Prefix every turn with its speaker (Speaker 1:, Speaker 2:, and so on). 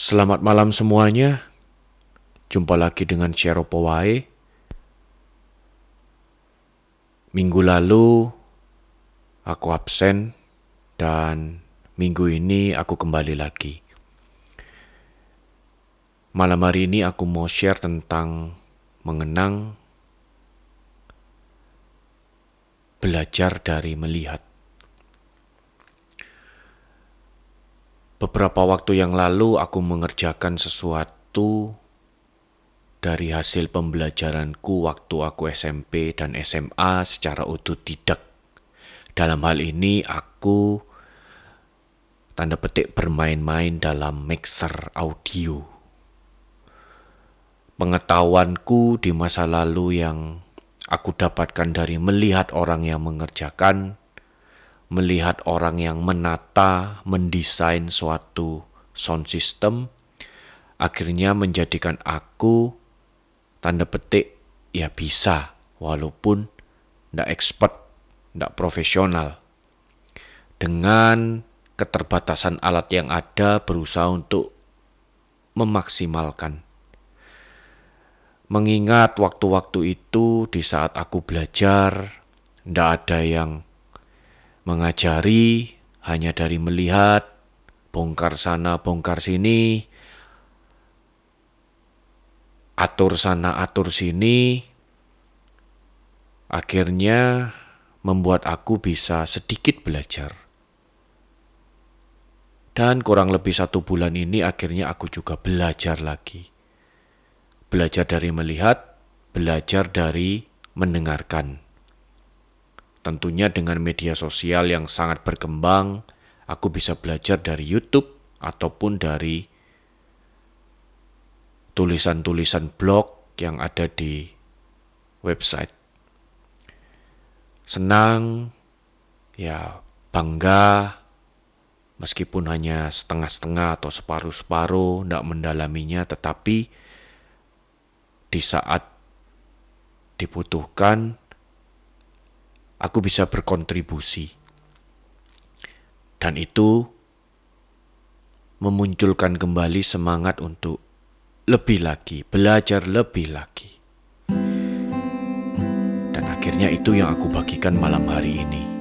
Speaker 1: Selamat malam semuanya. Jumpa lagi dengan Shero Powai. Minggu lalu aku absen dan minggu ini aku kembali lagi. Malam hari ini aku mau share tentang mengenang belajar dari melihat. Beberapa waktu yang lalu aku mengerjakan sesuatu dari hasil pembelajaranku waktu aku SMP dan SMA secara otodidak. Dalam hal ini aku tanda petik bermain-main dalam mixer audio. Pengetahuanku di masa lalu yang aku dapatkan dari melihat orang yang mengerjakan, melihat orang yang menata, mendesain suatu sound system, akhirnya menjadikan aku tanda petik ya bisa, walaupun tidak expert, tidak profesional. Dengan keterbatasan alat yang ada, berusaha untuk memaksimalkan. Mengingat waktu-waktu itu di saat aku belajar, tidak ada yang mengajari, hanya dari melihat, bongkar sana, bongkar sini, atur sana, atur sini. Akhirnya membuat aku bisa sedikit belajar. Dan kurang lebih 1 bulan ini akhirnya aku juga belajar lagi. Belajar dari melihat, belajar dari mendengarkan. Tentunya dengan media sosial yang sangat berkembang, aku bisa belajar dari YouTube ataupun dari tulisan-tulisan blog yang ada di website. Senang, ya bangga, meskipun hanya setengah-setengah atau separuh-separuh, tidak mendalaminya, tetapi di saat dibutuhkan, aku bisa berkontribusi. Dan itu memunculkan kembali semangat untuk lebih lagi, belajar lebih lagi. Dan akhirnya itu yang aku bagikan malam hari ini.